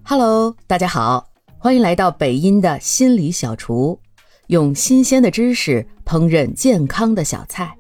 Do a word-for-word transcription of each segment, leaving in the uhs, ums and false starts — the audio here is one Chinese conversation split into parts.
Hello， 大家好，欢迎来到北音的心理小厨，用新鲜的知识烹饪健康的小菜。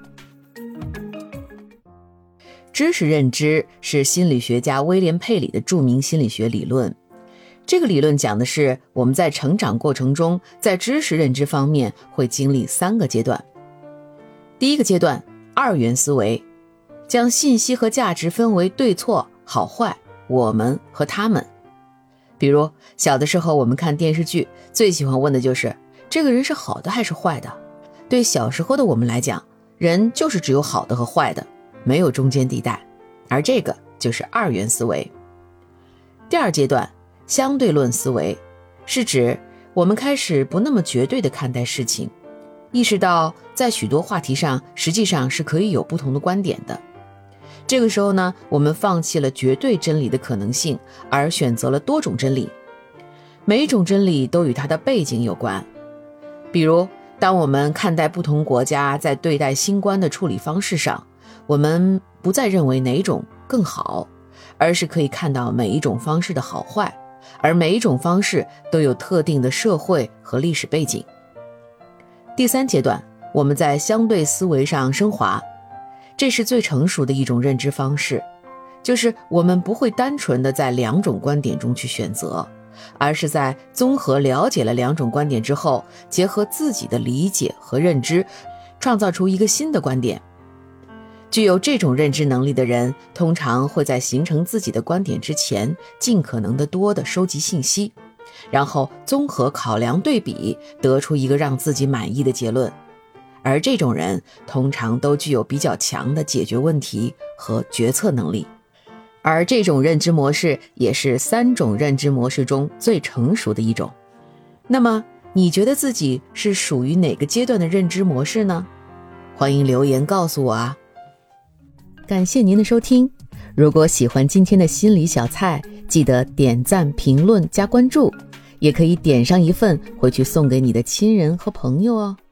知识认知是心理学家威廉·佩里的著名心理学理论。这个理论讲的是我们在成长过程中，在知识认知方面会经历三个阶段。第一个阶段，二元思维，将信息和价值分为对错、好坏、我们和他们。比如小的时候我们看电视剧，最喜欢问的就是这个人是好的还是坏的。对小时候的我们来讲，人就是只有好的和坏的，没有中间地带，而这个就是二元思维。第二阶段，相对论思维，是指我们开始不那么绝对地看待事情，意识到在许多话题上实际上是可以有不同的观点的。这个时候呢，我们放弃了绝对真理的可能性，而选择了多种真理。每一种真理都与它的背景有关。比如当我们看待不同国家在对待新冠的处理方式上，我们不再认为哪种更好，而是可以看到每一种方式的好坏，而每一种方式都有特定的社会和历史背景。第三阶段，我们在相对思维上升华，这是最成熟的一种认知方式，就是我们不会单纯的在两种观点中去选择，而是在综合了解了两种观点之后，结合自己的理解和认知，创造出一个新的观点。具有这种认知能力的人，通常会在形成自己的观点之前，尽可能的多的收集信息，然后综合考量对比，得出一个让自己满意的结论。而这种人通常都具有比较强的解决问题和决策能力，而这种认知模式也是三种认知模式中最成熟的一种。那么你觉得自己是属于哪个阶段的认知模式呢？欢迎留言告诉我啊！感谢您的收听，如果喜欢今天的心理小菜，记得点赞、评论加关注，也可以点上一份回去送给你的亲人和朋友哦。